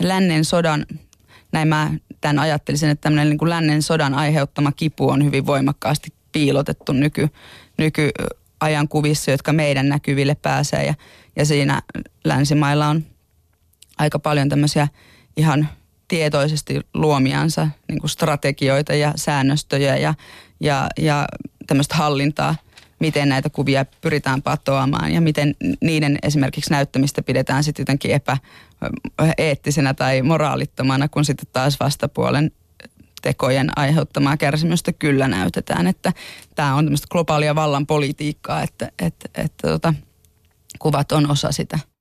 lännen sodan, näin mä tämän ajattelisin, että tämmöinen niin kuin lännen sodan aiheuttama kipu on hyvin voimakkaasti piilotettu nykyajan kuvissa, jotka meidän näkyville pääsee. Ja siinä länsimailla on aika paljon tämmöisiä ihan tietoisesti luomiansa niin kuin strategioita ja säännöstöjä ja tämmöistä hallintaa, miten näitä kuvia pyritään patoamaan ja miten niiden esimerkiksi näyttämistä pidetään sitten jotenkin epäeettisenä tai moraalittomana, kun sitten taas vastapuolen tekojen aiheuttamaa kärsimystä kyllä näytetään. Että tämä on tämmöistä globaalia vallan politiikkaa, että kuvat on osa sitä.